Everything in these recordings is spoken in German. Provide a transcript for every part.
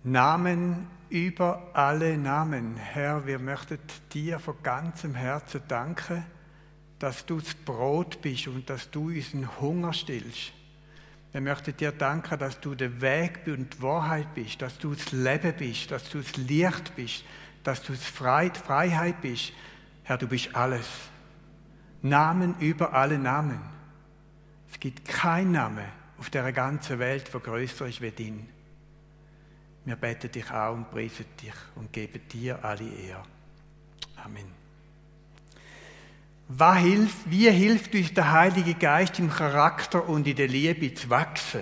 Namen über alle Namen. Herr, wir möchten dir von ganzem Herzen danken, dass du das Brot bist und dass du unseren Hunger stillst. Wir möchten dir danken, dass du der Weg und die Wahrheit bist, dass du das Leben bist, dass du das Licht bist, dass du die Freiheit bist. Herr, du bist alles. Namen über alle Namen. Es gibt keinen Namen auf der ganzen Welt, der grösser ist wie dein. Wir beten dich an und preisen dich und geben dir alle Ehre. Amen. Wie hilft uns der Heilige Geist im Charakter und in der Liebe zu wachsen?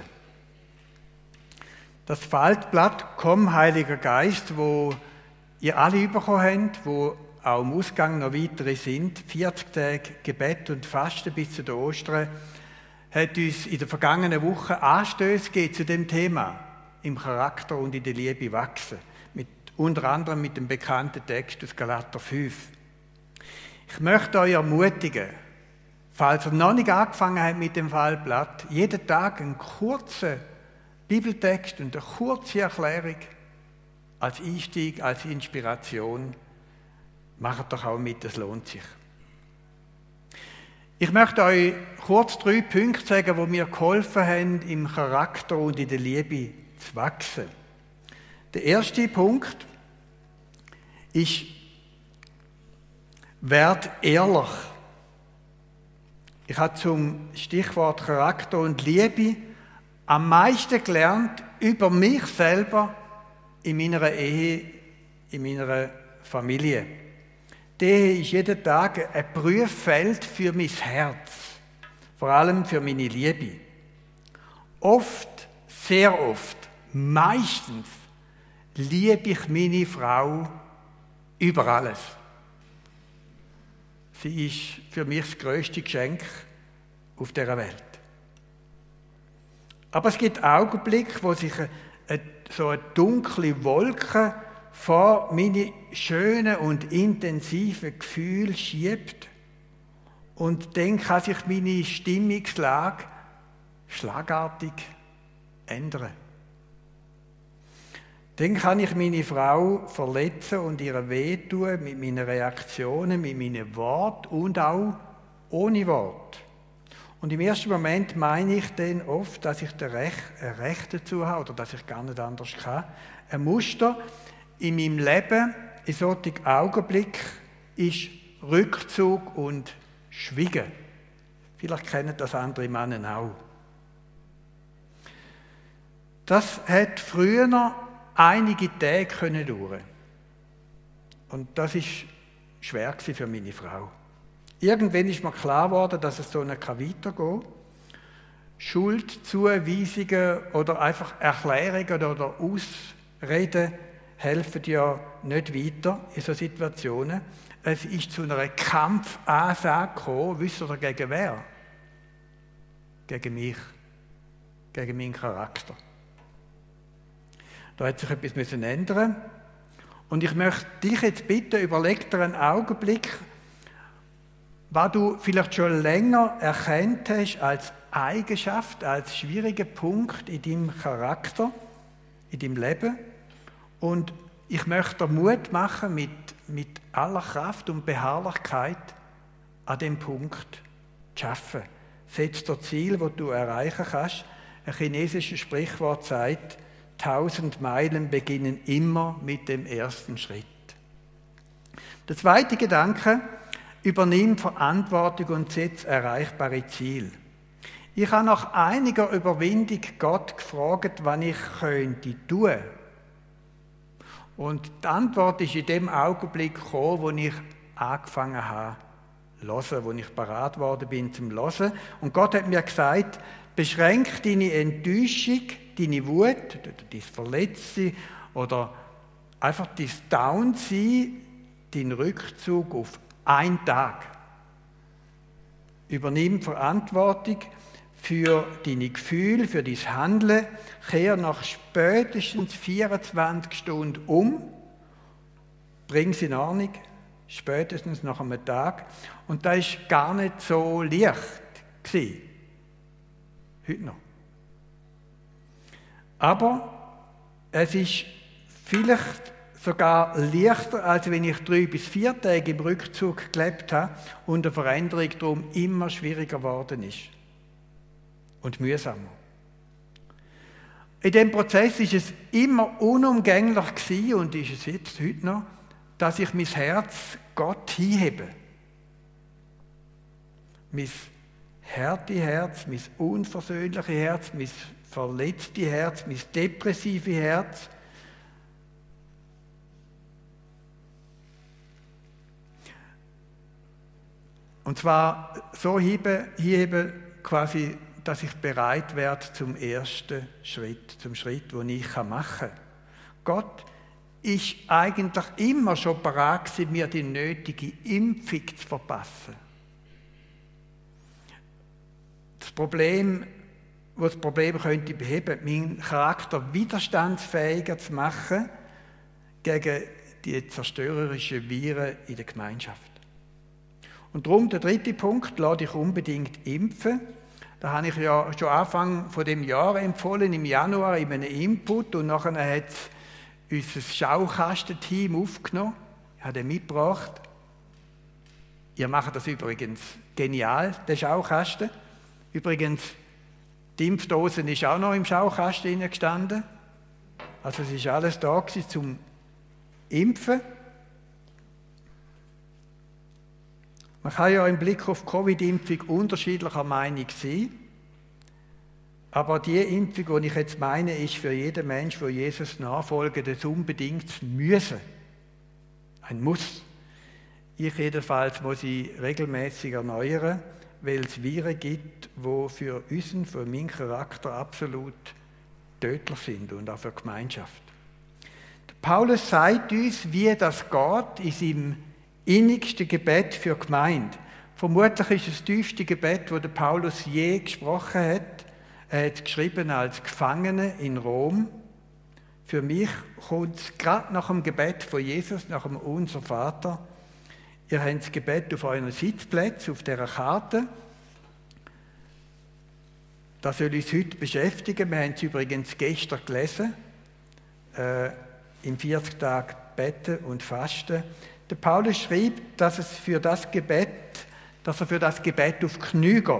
Das Faltblatt «Komm, Heiliger Geist», wo ihr alle bekommen habt, wo auch im Ausgang noch weitere sind, 40 Tage Gebet und Fasten bis zu den Ostern, hat uns in der vergangenen Woche Anstöße gegeben zu dem Thema, im Charakter und in der Liebe wachsen. Unter anderem mit dem bekannten Text aus Galater 5. Ich möchte euch ermutigen, falls ihr noch nicht angefangen habt mit dem Faltblatt, jeden Tag einen kurzen Bibeltext und eine kurze Erklärung als Einstieg, als Inspiration. Macht doch auch mit, es lohnt sich. Ich möchte euch kurz 3 Punkte sagen, die mir geholfen haben, im Charakter und in der Liebe zu wachsen. Der erste Punkt ist, werd ehrlich. Ich habe zum Stichwort Charakter und Liebe am meisten gelernt über mich selber in meiner Ehe, in meiner Familie. Die Ehe ist jeden Tag ein Prüffeld für mein Herz, vor allem für meine Liebe. Oft, sehr oft, meistens liebe ich meine Frau über alles. Sie ist für mich das grösste Geschenk auf dieser Welt. Aber es gibt Augenblicke, wo sich so eine dunkle Wolke vor meine schönen und intensiven Gefühle schiebt und dann kann sich meine Stimmungslage schlagartig ändern. Dann kann ich meine Frau verletzen und ihr wehtun mit meinen Reaktionen, mit meinen Worten und auch ohne Wort. Und im ersten Moment meine ich dann oft, dass ich ein Recht dazu habe oder dass ich gar nicht anders kann. Ein Muster in meinem Leben in solchen Augenblicken ist Rückzug und Schweigen. Vielleicht kennen das andere Männer auch. Das hat früher einige Tage dauern. Und das ist schwer für meine Frau. Irgendwann ist mir klar geworden, dass es so nicht weitergehen kann. Schuldzuweisungen oder einfach Erklärungen oder Ausreden helfen ja nicht weiter in solchen Situationen. Es ist zu einer Kampfansage gekommen, wisst ihr gegen wer? Gegen mich, gegen meinen Charakter. Da hat sich etwas ändern müssen. Und ich möchte dich jetzt bitten, überleg dir einen Augenblick, was du vielleicht schon länger erkannt hast als Eigenschaft, als schwierigen Punkt in deinem Charakter, in deinem Leben. Und ich möchte dir Mut machen, mit aller Kraft und Beharrlichkeit an dem Punkt zu arbeiten. Setz dir Ziel, das du erreichen kannst. Ein chinesisches Sprichwort sagt, 1000 Meilen beginnen immer mit dem ersten Schritt. Der zweite Gedanke, übernimm Verantwortung und setz erreichbare Ziele. Ich habe nach einiger Überwindung Gott gefragt, was ich könnte tun. Und die Antwort ist in dem Augenblick gekommen, wo ich angefangen habe zu hören, wo ich parat geworden bin zum Hören. Und Gott hat mir gesagt, beschränk deine Enttäuschung, deine Wut, dein Verletztsein oder einfach dein Downsein, deinen Rückzug auf einen Tag. Übernimm Verantwortung für deine Gefühle, für dein Handeln. Kehr nach spätestens 24 Stunden um. Bring es in Ordnung. Spätestens nach einem Tag. Und das war gar nicht so leicht gewesen. Heute noch. Aber es ist Vielleicht sogar leichter, als wenn ich 3 bis 4 Tage im Rückzug gelebt habe und eine Veränderung darum immer schwieriger geworden ist. Und mühsamer. In diesem Prozess ist es immer unumgänglich gewesen, und ist es jetzt heute noch, dass ich mein Herz Gott hinhebe. Mein harte Herz, mein unversöhnliche Herz, mein verletzte Herz, mein depressive Herz. Und zwar so hebe quasi, dass ich bereit werde zum ersten Schritt, zum Schritt, den ich machen kann. Gott ist eigentlich immer schon bereit gewesen, mir die nötige Impfung zu verpassen. Das Problem könnte beheben, meinen Charakter widerstandsfähiger zu machen gegen die zerstörerischen Viren in der Gemeinschaft. Und darum, der 3. Punkt, lade dich unbedingt impfen. Da habe ich ja schon Anfang von dem Jahr empfohlen, im Januar in einem Input, und nachher hat es unser Schaukastenteam aufgenommen. Ich habe den mitgebracht. Ihr macht das übrigens genial, den Schaukasten. Übrigens, die Impfdose ist auch noch im Schaukasten gestanden. Also es ist alles da gewesen zum Impfen. Man kann ja im Blick auf die Covid-Impfung unterschiedlicher Meinung sein. Aber die Impfung, die ich jetzt meine, ist für jeden Mensch, der Jesus nachfolgt, das unbedingt müssen. Ein Muss. Ich jedenfalls muss sie regelmäßig erneuern, weil es Viren gibt, die für unseren, für meinen Charakter absolut tödlich sind und auch für die Gemeinschaft. Der Paulus sagt uns, wie das geht in seinem innigsten Gebet für die Gemeinde. Vermutlich ist es das tiefste Gebet, das der Paulus je gesprochen hat. Er hat geschrieben als Gefangener in Rom. Für mich kommt es gerade nach dem Gebet von Jesus, nach dem Unser Vater. Ihr habt das Gebet auf euren Sitzplätzen, auf dieser Karte. Das soll uns heute beschäftigen. Wir haben es übrigens gestern gelesen. In 40 Tagen beten und fasten. Der Paulus schrieb, dass er für das Gebet auf die Knie geht.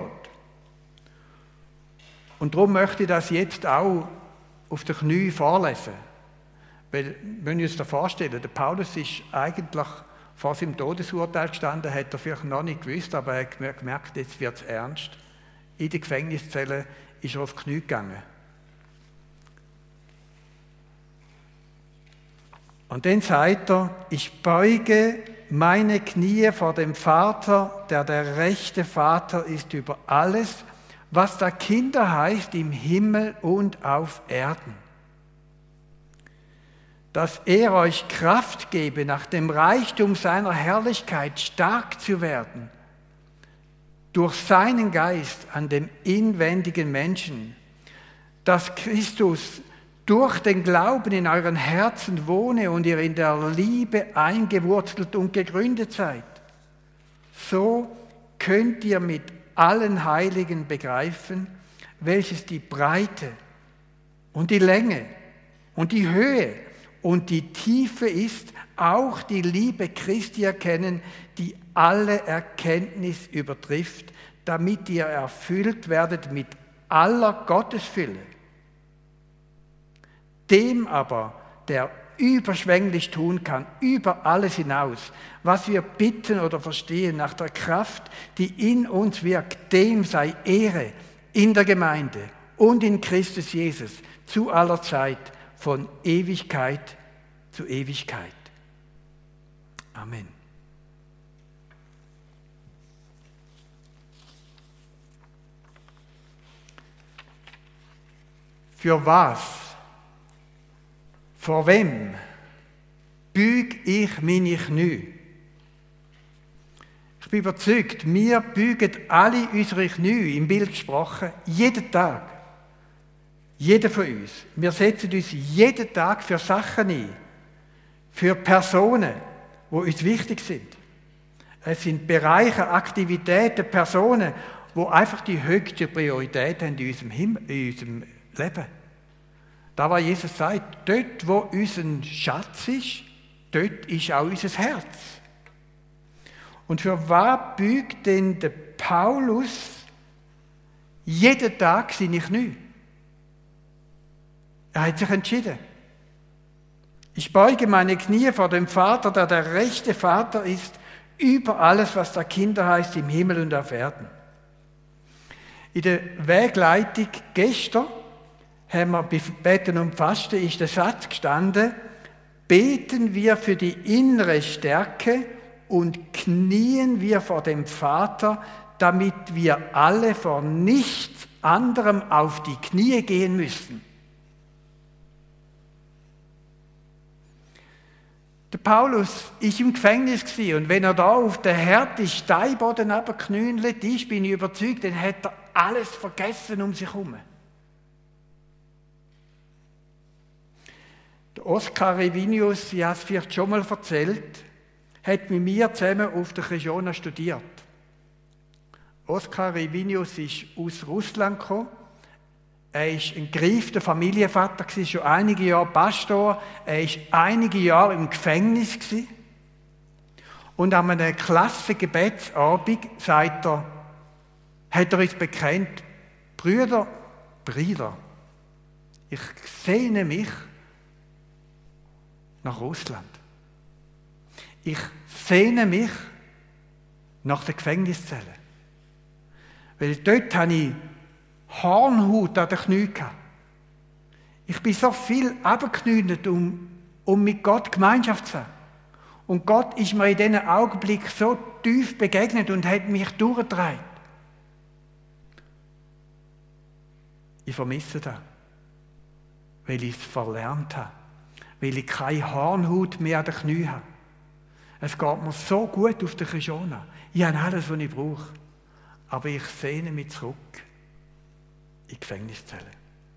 Und darum möchte ich das jetzt auch auf den Knie vorlesen. Weil, wenn wir uns das vorstellen, der Paulus ist eigentlich vor seinem Todesurteil gestanden, hat er vielleicht noch nicht gewusst, aber er hat gemerkt, jetzt wird es ernst. In der Gefängniszelle ist er auf die Knie gegangen. Und dann sagt er, ich beuge meine Knie vor dem Vater, der rechte Vater ist über alles, was da Kinder heißt im Himmel und auf Erden. Dass er euch Kraft gebe, nach dem Reichtum seiner Herrlichkeit stark zu werden, durch seinen Geist an dem inwendigen Menschen, dass Christus durch den Glauben in euren Herzen wohne und ihr in der Liebe eingewurzelt und gegründet seid. So könnt ihr mit allen Heiligen begreifen, welches die Breite und die Länge und die Höhe und die Tiefe ist, auch die Liebe Christi erkennen, die alle Erkenntnis übertrifft, damit ihr erfüllt werdet mit aller Gottesfülle. Dem aber, der überschwänglich tun kann, über alles hinaus, was wir bitten oder verstehen, nach der Kraft, die in uns wirkt, dem sei Ehre in der Gemeinde und in Christus Jesus zu aller Zeit, von Ewigkeit zu Ewigkeit. Amen. Für was? Vor wem büge ich meine Knie? Ich bin überzeugt, wir bügen alle unsere Knie, im Bild gesprochen, jeden Tag. Jeder von uns. Wir setzen uns jeden Tag für Sachen ein, für Personen, die uns wichtig sind. Es sind Bereiche, Aktivitäten, Personen, die einfach die höchste Priorität haben in unserem Leben. Da, was Jesus sagt, dort, wo unser Schatz ist, dort ist auch unser Herz. Und für was beugt denn der Paulus jeden Tag seine Knie? Er hat sich entschieden. Ich beuge meine Knie vor dem Vater, der der rechte Vater ist, über alles, was da Kinder heißt, im Himmel und auf Erden. In der Wegleitung gestern haben wir bei Beten und Fasten ist der Satz gestanden: Beten wir für die innere Stärke und knien wir vor dem Vater, damit wir alle vor nichts anderem auf die Knie gehen müssen. Der Paulus war im Gefängnis und wenn er da auf den harten Steinboden runterknündelt ist, bin ich überzeugt, dann hat er alles vergessen um sich herum. Der Oskar Rivinius, ich habe es vielleicht schon mal erzählt, hat mit mir zusammen auf der Krishona studiert. Oskar Rivinius ist aus Russland gekommen. Er war ein gereifter Familienvater, schon einige Jahre Pastor. Er war einige Jahre im Gefängnis. Und an einem Klassengebetsabend hat er uns bekennt: Brüder, ich sehne mich nach Russland. Ich sehne mich nach der Gefängniszelle. Weil dort habe ich Hornhaut an den Knien gehabt. Ich bin so viel runtergeknüllt, um mit Gott Gemeinschaft zu haben. Und Gott ist mir in diesem Augenblick so tief begegnet und hat mich durchgetragen. Ich vermisse das, weil ich es verlernt habe. Weil ich keine Hornhaut mehr an den Knien habe. Es geht mir so gut auf der Krishona. Ich habe alles, was ich brauche. Aber ich sehne mich zurück in die Gefängniszelle.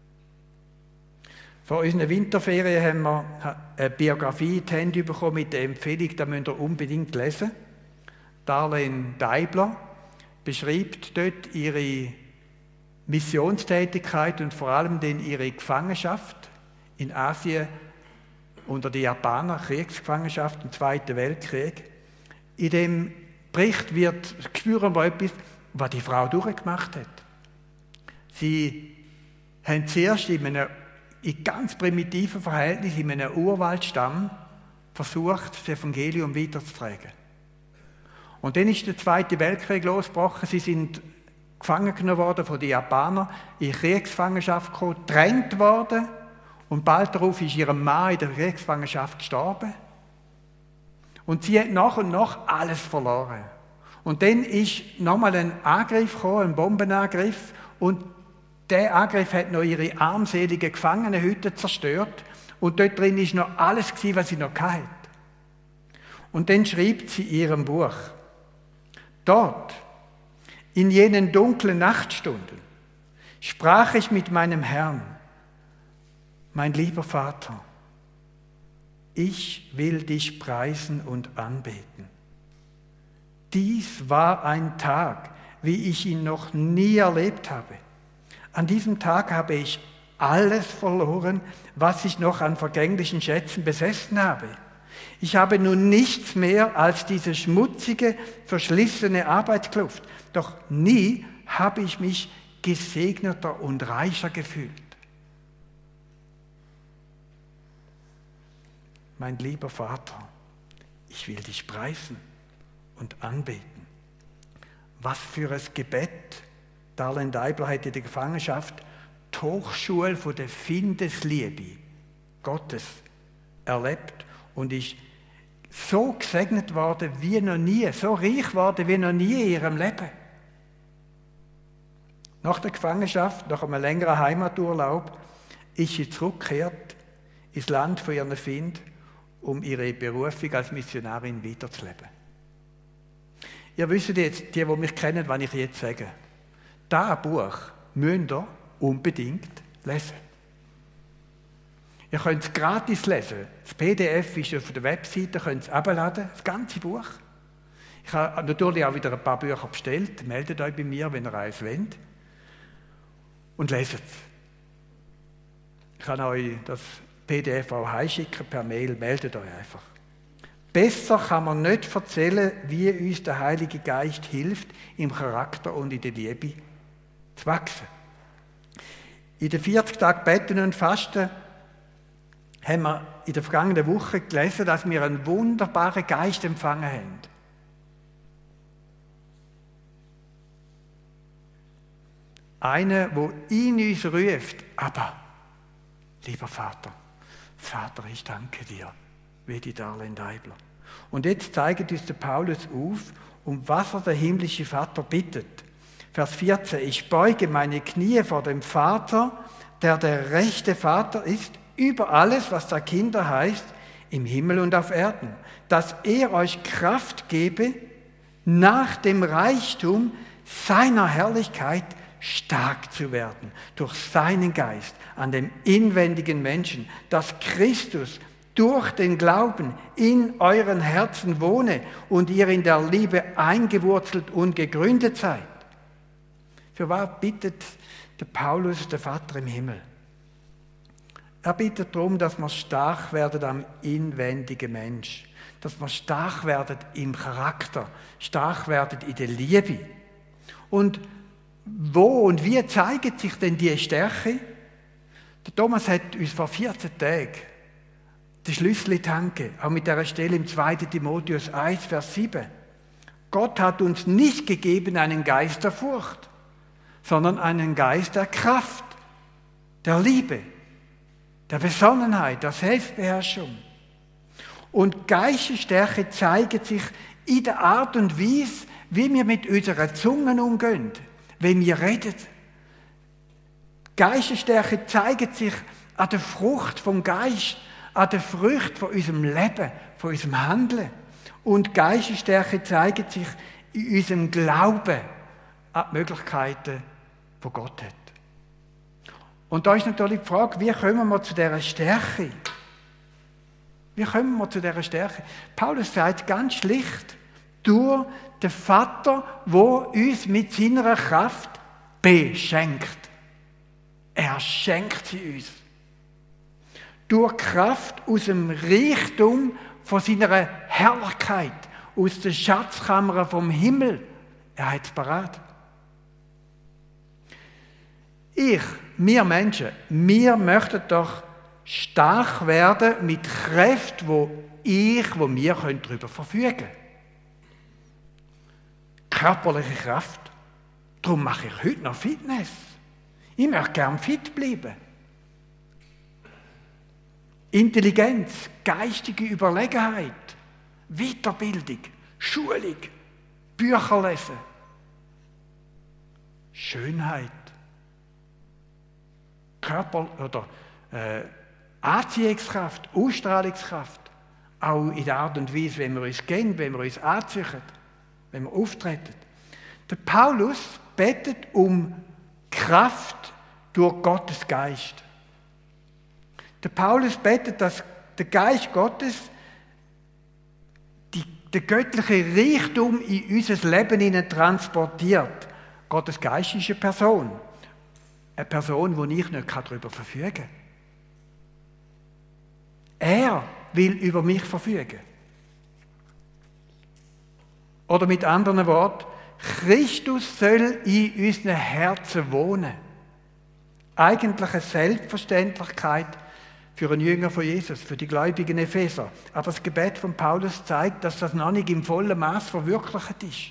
Vor unseren Winterferien haben wir eine Biografie in die Hände bekommen mit der Empfehlung, das müsst ihr unbedingt lesen. Darlene Deibler beschreibt dort ihre Missionstätigkeit und vor allem ihre Gefangenschaft in Asien unter den Japanern, Kriegsgefangenschaft im Zweiten Weltkrieg. In dem Bericht spüren wir etwas, was die Frau durchgemacht hat. Sie haben zuerst in ganz primitiven Verhältnissen, in einem Urwaldstamm, versucht, das Evangelium weiterzutragen. Und dann ist der Zweite Weltkrieg losgebrochen. Sie sind gefangen genommen worden von den Japanern, in Kriegsgefangenschaft gekommen, getrennt worden. Und bald darauf ist ihr Mann in der Kriegsgefangenschaft gestorben. Und sie hat nach und nach alles verloren. Und dann ist nochmal ein Angriff gekommen, ein Bombenangriff. Und der Angriff hat noch ihre armseligen Gefangenenhütte zerstört. Und dort drin ist noch alles gewesen, was sie noch hatte. Und dann schreibt sie in ihrem Buch: Dort, in jenen dunklen Nachtstunden, sprach ich mit meinem Herrn: Mein lieber Vater, ich will dich preisen und anbeten. Dies war ein Tag, wie ich ihn noch nie erlebt habe. An diesem Tag habe ich alles verloren, was ich noch an vergänglichen Schätzen besessen habe. Ich habe nun nichts mehr als diese schmutzige, verschlissene Arbeitskluft. Doch nie habe ich mich gesegneter und reicher gefühlt. Mein lieber Vater, ich will dich preisen und anbeten. Was für ein Gebet. Darlene Deibler hat in der Gefangenschaft die Hochschule von der Findesliebe Gottes erlebt und ist so gesegnet worden wie noch nie, so reich worden wie noch nie in ihrem Leben. Nach der Gefangenschaft, nach einem längeren Heimaturlaub, ist sie zurückgekehrt ins Land von ihren Find, um ihre Berufung als Missionarin weiterzuleben. Ihr wisst jetzt, die mich kennen, was ich jetzt sage. Dieses Buch müsst ihr unbedingt lesen. Ihr könnt es gratis lesen. Das PDF ist auf der Webseite, ihr könnt es herunterladen, das ganze Buch. Ich habe natürlich auch wieder ein paar Bücher bestellt. Meldet euch bei mir, wenn ihr eins wollt. Und leset es. Ich kann euch das PDF auch heimschicken per Mail, meldet euch einfach. Besser kann man nicht erzählen, wie uns der Heilige Geist hilft, im Charakter und in der Liebe zu wachsen. In den 40 Tagen Beten und Fasten haben wir in der vergangenen Woche gelesen, dass wir einen wunderbaren Geist empfangen haben. Einer, der in uns ruft, aber, lieber Vater, ich danke dir, wie die Darlene Deibler. Und jetzt zeigt uns der Paulus auf, um was er der himmlische Vater bittet. Vers 14, ich beuge meine Knie vor dem Vater, der rechte Vater ist, über alles, was da Kinder heißt, im Himmel und auf Erden, dass er euch Kraft gebe, nach dem Reichtum seiner Herrlichkeit stark zu werden, durch seinen Geist an dem inwendigen Menschen, dass Christus durch den Glauben in euren Herzen wohne und ihr in der Liebe eingewurzelt und gegründet seid. Für was bittet der Paulus, der Vater im Himmel? Er bittet darum, dass wir stark werden am inwendigen Mensch, dass wir stark werden im Charakter, stark werden in der Liebe. Und wo und wie zeigt sich denn diese Stärke? Der Thomas hat uns vor 14 Tagen den Schlüssel in die Hand gegeben, auch mit dieser Stelle im 2. Timotheus 1, Vers 7. Gott hat uns nicht gegeben einen Geist der Furcht, sondern einen Geist der Kraft, der Liebe, der Besonnenheit, der Selbstbeherrschung. Und Geistesstärke zeigt sich in der Art und Weise, wie wir mit unseren Zungen umgehen, wenn wir reden. Geistesstärke zeigt sich an der Frucht vom Geist, an der Frucht von unserem Leben, von unserem Handeln. Und Geistesstärke zeigt sich in unserem Glauben an die Möglichkeiten, die Gott hat. Und da ist natürlich die Frage, wie kommen wir zu dieser Stärke? Wie kommen wir zu dieser Stärke? Paulus sagt ganz schlicht, durch den Vater, der uns mit seiner Kraft beschenkt. Er schenkt sie uns. Durch Kraft aus dem Reichtum von seiner Herrlichkeit, aus der Schatzkammer vom Himmel. Er hat es parat. Wir Menschen, wir möchten doch stark werden mit Kräften, wo wir darüber verfügen können. Körperliche Kraft. Darum mache ich heute noch Fitness. Ich möchte gerne fit bleiben. Intelligenz, geistige Überlegenheit, Weiterbildung, Schulung, Bücher lesen, Schönheit, Körper- oder Anziehungskraft, Ausstrahlungskraft, auch in der Art und Weise, wenn wir uns kennen, wenn wir uns anziehen, wenn wir auftreten. Der Paulus betet um Kraft durch Gottes Geist. Der Paulus betet, dass der Geist Gottes den göttlichen Reichtum in unser Leben hinein transportiert. Gottes Geist ist eine Person, wo ich nicht darüber verfügen kann. Er will über mich verfügen. Oder mit anderen Worten, Christus soll in unseren Herzen wohnen. Eigentlich eine Selbstverständlichkeit für einen Jünger von Jesus, für die gläubigen Epheser. Aber das Gebet von Paulus zeigt, dass das noch nicht im vollen Maß verwirklicht ist.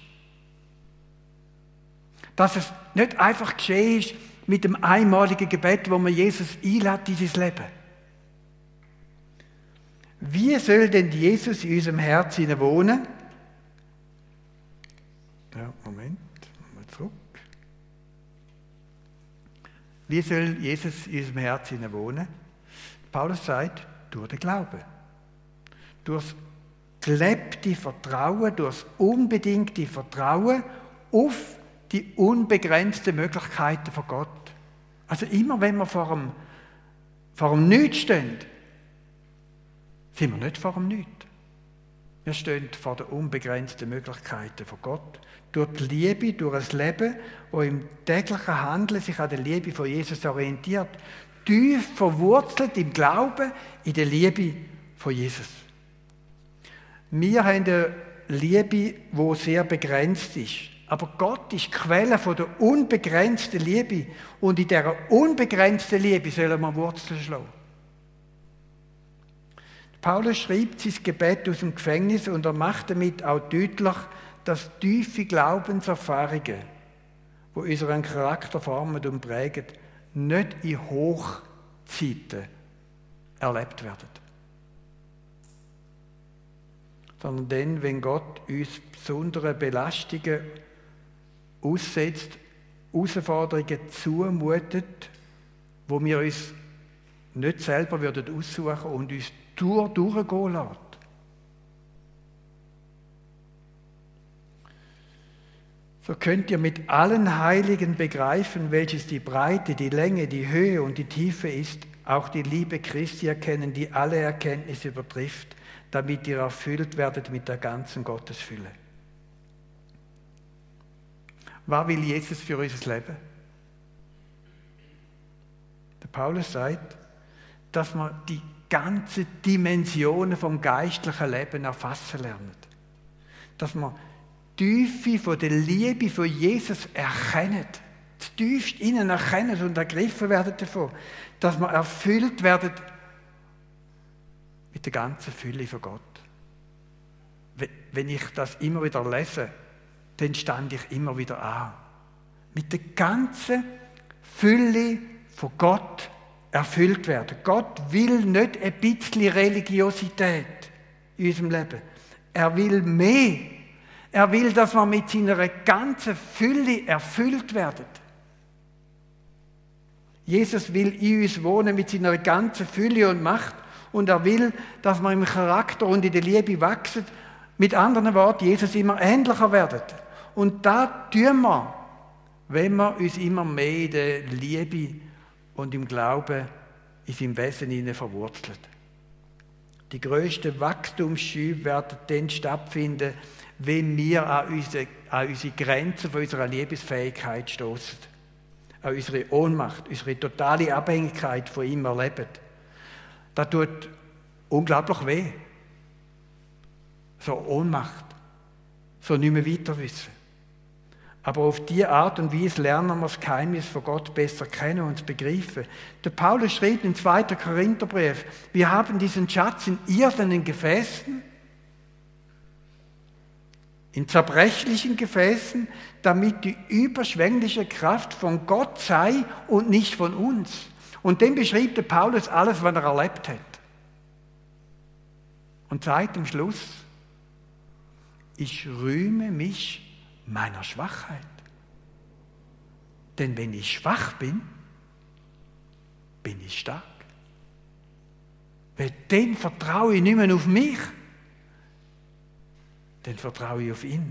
Dass es nicht einfach geschehen ist mit dem einmaligen Gebet, wo man Jesus einlädt in sein Leben. Wie soll denn Jesus in unserem Herzen wohnen? Ja, Moment, mal zurück. Wie soll Jesus in unserem Herzen wohnen? Paulus sagt, durch den Glauben. Durch das gelebte Vertrauen, durch das unbedingte Vertrauen auf die unbegrenzten Möglichkeiten von Gott. Also immer wenn wir vor dem Nichts stehen, sind wir nicht vor dem Nichts. Wir stehen vor den unbegrenzten Möglichkeiten von Gott. Durch die Liebe, durch ein Leben, das im täglichen Handeln sich an der Liebe von Jesus orientiert. tief verwurzelt im Glauben, in der Liebe von Jesus. Wir haben eine Liebe, die sehr begrenzt ist. Aber Gott ist die Quelle von der unbegrenzten Liebe. Und in dieser unbegrenzten Liebe sollen wir Wurzeln schlagen. Paulus schreibt sein Gebet aus dem Gefängnis und er macht damit auch deutlich, dass tiefe Glaubenserfahrungen, die unseren Charakter formen und prägen, nicht in Hochzeiten erlebt werden. Sondern dann, wenn Gott uns besondere Belastungen aussetzt, Herausforderungen zumutet, wo wir uns nicht selber aussuchen würden und uns durchgehen lassen. So könnt ihr mit allen Heiligen begreifen, welches die Breite, die Länge, die Höhe und die Tiefe ist, auch die Liebe Christi erkennen, die alle Erkenntnis übertrifft, damit ihr erfüllt werdet mit der ganzen Gottesfülle. Was will Jesus für unser Leben? Der Paulus sagt, dass wir die ganzen Dimensionen vom geistlichen Leben erfassen lernen. Dass wir die Tiefe von der Liebe von Jesus erkennen. Das tiefst innen erkennen und ergriffen werden davon. Dass wir erfüllt werden mit der ganzen Fülle von Gott. Wenn ich das immer wieder lese, dann stand ich immer wieder an. Mit der ganzen Fülle von Gott erfüllt werden. Gott will nicht ein bisschen Religiosität in unserem Leben. Er will mehr. Er will, dass wir mit seiner ganzen Fülle erfüllt werden. Jesus will in uns wohnen mit seiner ganzen Fülle und Macht. Und er will, dass wir im Charakter und in der Liebe wachsen. Mit anderen Worten, Jesus immer ähnlicher werden. Und das tun wir, wenn wir uns immer mehr in der Liebe und im Glauben in seinem Wesen verwurzelt. Die grössten Wachstumsschübe werden dann stattfinden, wenn wir an unsere Grenzen von unserer Liebesfähigkeit stoßen. An unsere Ohnmacht, unsere totale Abhängigkeit von ihm erleben. Das tut unglaublich weh. So Ohnmacht. So nicht mehr weiter wissen. Aber auf diese Art und Weise lernen wir das Geheimnis von Gott besser kennen und zu begreifen. Der Paulus schreibt im 2. Korintherbrief, wir haben diesen Schatz in irdenen Gefäßen, in zerbrechlichen Gefäßen, damit die überschwängliche Kraft von Gott sei und nicht von uns. Und dann beschreibt der Paulus alles, was er erlebt hat. Und sagt am Schluss, ich rühme mich meiner Schwachheit. Denn wenn ich schwach bin, bin ich stark. Weil dann vertraue ich nicht mehr auf mich, dann vertraue ich auf ihn.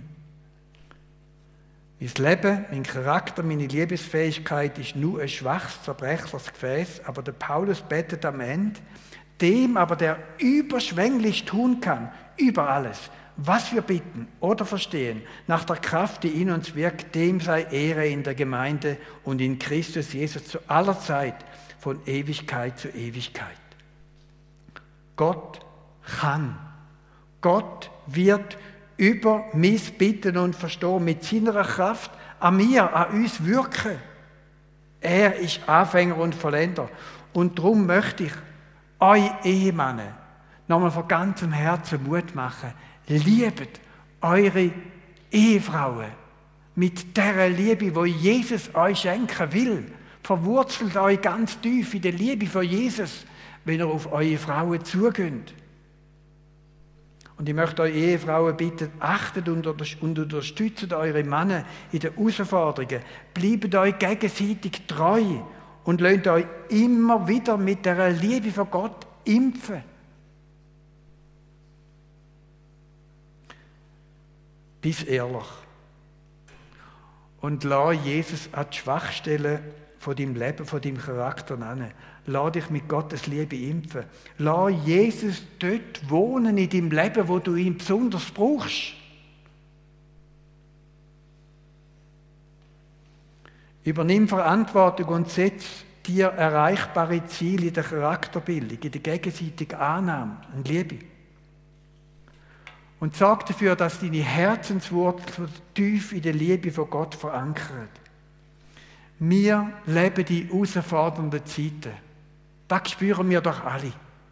Mein Leben, mein Charakter, meine Liebesfähigkeit ist nur ein schwaches, zerbrechliches Gefäß, aber der Paulus betet am Ende, dem aber, der überschwänglich tun kann, über alles, was wir bitten oder verstehen, nach der Kraft, die in uns wirkt, dem sei Ehre in der Gemeinde und in Christus Jesus zu aller Zeit, von Ewigkeit zu Ewigkeit. Gott kann. Gott wird über mein Bitten und Verstehen mit seiner Kraft an mir, an uns wirken. Er ist Anfänger und Vollender. Und darum möchte ich euch Ehemänner nochmal von ganzem Herzen Mut machen. Liebet eure Ehefrauen mit der Liebe, die Jesus euch schenken will. Verwurzelt euch ganz tief in der Liebe von Jesus, wenn ihr auf eure Frauen zugeht. Und ich möchte euch Ehefrauen bitten, achtet und unterstützt eure Männer in den Herausforderungen. Bleibt euch gegenseitig treu und lasst euch immer wieder mit der Liebe von Gott impfen. Bist ehrlich. Und lass Jesus an die Schwachstellen von deinem Leben, von deinem Charakter nennen. Lass dich mit Gottes Liebe impfen. Lass Jesus dort wohnen in deinem Leben, wo du ihn besonders brauchst. Übernimm Verantwortung und setz dir erreichbare Ziele in der Charakterbildung, in der gegenseitigen Annahme und Liebe. Und sorg dafür, dass deine Herzenswurzel tief in der Liebe von Gott verankert. Wir leben die herausfordernden Zeiten. Das spüren wir doch alle.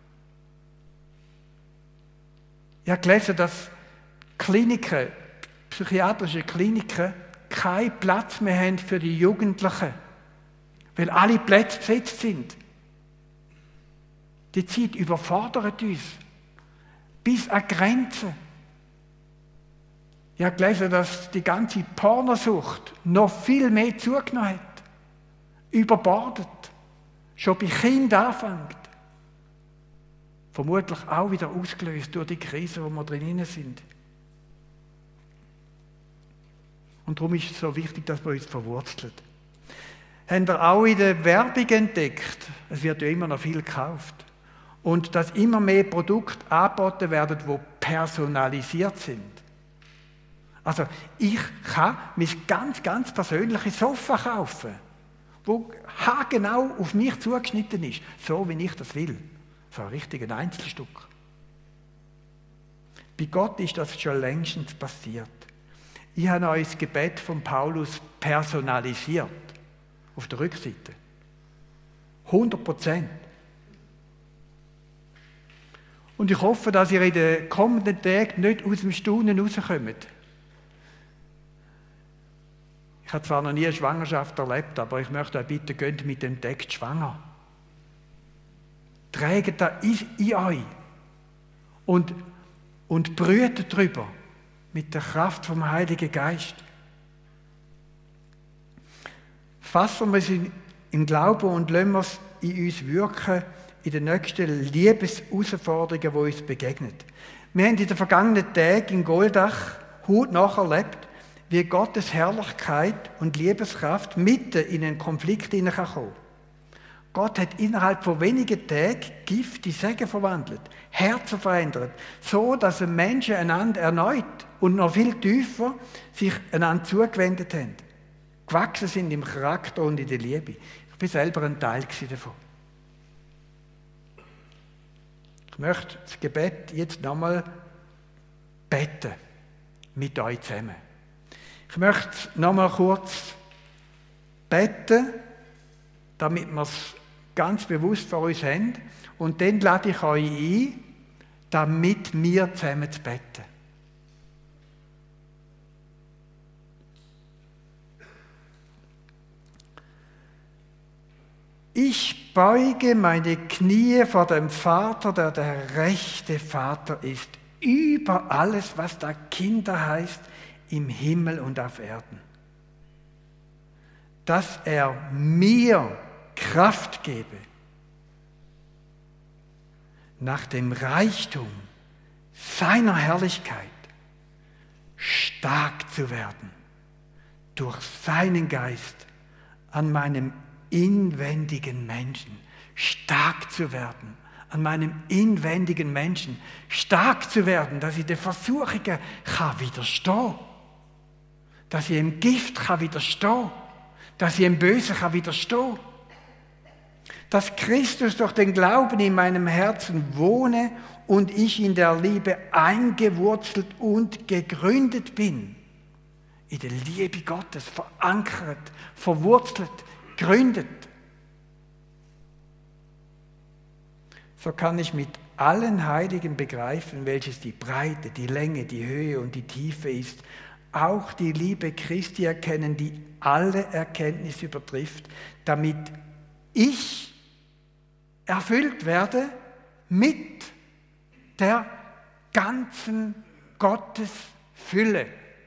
Ich habe gelesen, dass Kliniken, psychiatrische Kliniken, keinen Platz mehr haben für die Jugendlichen, weil alle Plätze besetzt sind. Die Zeit überfordert uns bis an Grenzen. Ich habe gelesen, dass die ganze Pornosucht noch viel mehr zugenommen hat. Überbordet. Schon bei Kindern anfängt. Vermutlich auch wieder ausgelöst durch die Krise, wo wir drin sind. Und darum ist es so wichtig, dass wir uns verwurzelt. Haben wir auch in der Werbung entdeckt, es wird ja immer noch viel gekauft. Und dass immer mehr Produkte angeboten werden, die personalisiert sind. Also ich kann mein ganz persönliches Sofa kaufen, wo haargenau auf mich zugeschnitten ist, so wie ich das will. So ein richtiges Einzelstück. Bei Gott ist das schon längstens passiert. Ich habe euch das Gebet von Paulus personalisiert. Auf der Rückseite. 100%. Und ich hoffe, dass ihr in den kommenden Tagen nicht aus dem Staunen rauskommt. Ich habe zwar noch nie eine Schwangerschaft erlebt, aber ich möchte euch bitten, geht mit dem Text schwanger. Trägt das in euch und brütet darüber mit der Kraft vom Heiligen Geist. Fassen wir es im Glauben und lassen wir es in uns wirken in den nächsten Liebesherausforderungen, die uns begegnen. Wir haben in den vergangenen Tagen in Goldach hautnah erlebt, wie Gottes Herrlichkeit und Liebeskraft mitten in einen Konflikt hineinkommen kann. Gott hat innerhalb von wenigen Tagen Gift in Segen verwandelt, Herzen verändert, so dass die Menschen einander erneut und noch viel tiefer sich einander zugewendet haben. Gewachsen sind im Charakter und in der Liebe. Ich war selber ein Teil davon. Ich möchte das Gebet jetzt nochmal beten mit euch zusammen. Ich möchte nochmal kurz beten, damit wir es ganz bewusst vor uns haben. Und dann lade ich euch ein, damit wir zusammen zu beten. Ich beuge meine Knie vor dem Vater, der der rechte Vater ist, über alles, was da Kinder heißt, im Himmel und auf Erden. Dass er mir Kraft gebe, nach dem Reichtum seiner Herrlichkeit stark zu werden, durch seinen Geist an meinem inwendigen Menschen stark zu werden, an meinem inwendigen Menschen stark zu werden, dass ich den Versuchungen kann widerstehen, dass ich dem Gift kann widerstehen, dass ich dem Bösen kann widerstehen, dass Christus durch den Glauben in meinem Herzen wohne und ich in der Liebe eingewurzelt und gegründet bin, in der Liebe Gottes verankert, verwurzelt, gründet. So kann ich mit allen Heiligen begreifen, welches die Breite, die Länge, die Höhe und die Tiefe ist, auch die Liebe Christi erkennen, die alle Erkenntnis übertrifft, damit ich erfüllt werde mit der ganzen Gottesfülle.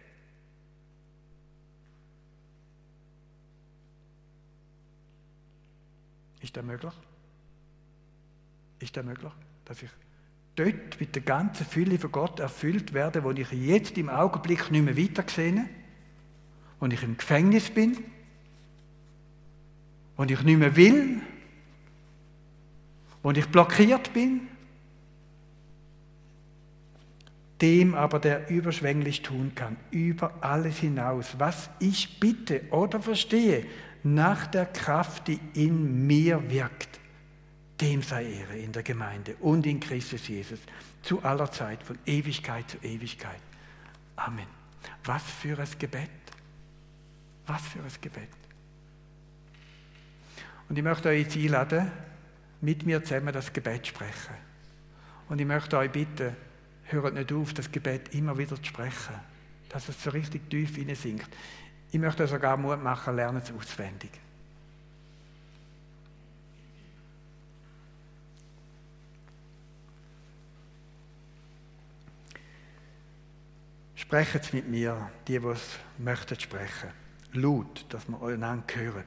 Ist das möglich? Ist das möglich, dass ich dort mit der ganzen Fülle von Gott erfüllt werde, wo ich jetzt im Augenblick nicht mehr weiter sehe, wo ich im Gefängnis bin, wo ich nicht mehr will, wo ich blockiert bin? Dem aber, der überschwänglich tun kann, über alles hinaus, was ich bitte oder verstehe, nach der Kraft, die in mir wirkt. Dem sei Ehre in der Gemeinde und in Christus Jesus, zu aller Zeit, von Ewigkeit zu Ewigkeit. Amen. Was für ein Gebet. Was für ein Gebet. Und ich möchte euch jetzt einladen, mit mir zusammen das Gebet sprechen. Und ich möchte euch bitten, hört nicht auf, das Gebet immer wieder zu sprechen, dass es so richtig tief hineinsinkt. Ich möchte euch sogar Mut machen, lernen es auswendig. Sprechen Sie mit mir, die es möchten sprechen. Laut, dass wir einander hören.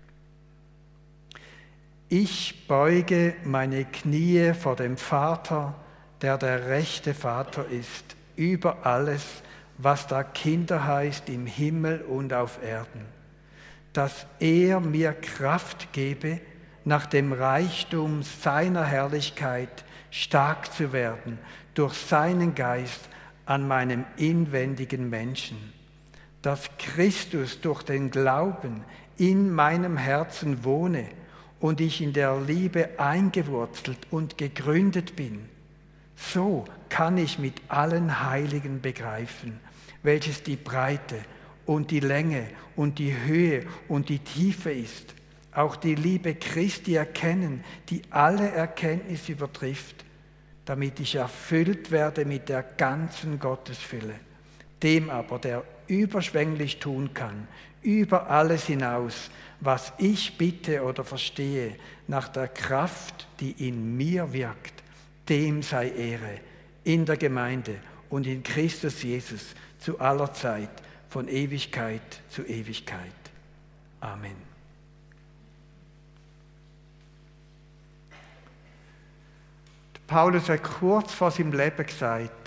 Ich beuge meine Knie vor dem Vater, der rechte Vater ist, über alles, was da Kinder heißt im Himmel und auf Erden, dass er mir Kraft gebe, nach dem Reichtum seiner Herrlichkeit stark zu werden, durch seinen Geist an meinem inwendigen Menschen, dass Christus durch den Glauben in meinem Herzen wohne und ich in der Liebe eingewurzelt und gegründet bin. So kann ich mit allen Heiligen begreifen, welches die Breite und die Länge und die Höhe und die Tiefe ist, auch die Liebe Christi erkennen, die alle Erkenntnis übertrifft, damit ich erfüllt werde mit der ganzen Gottesfülle, dem aber, der überschwänglich tun kann, über alles hinaus, was ich bitte oder verstehe, nach der Kraft, die in mir wirkt, dem sei Ehre in der Gemeinde und in Christus Jesus zu aller Zeit, von Ewigkeit zu Ewigkeit. Amen. Paulus hat kurz vor seinem Leben gesagt,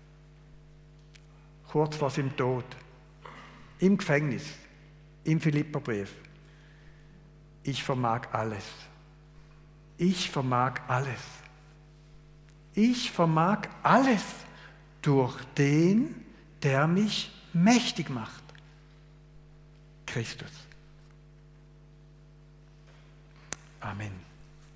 kurz vor seinem Tod, im Gefängnis, im Philipperbrief: Ich vermag alles. Ich vermag alles. Ich vermag alles durch den, der mich mächtig macht. Christus. Amen.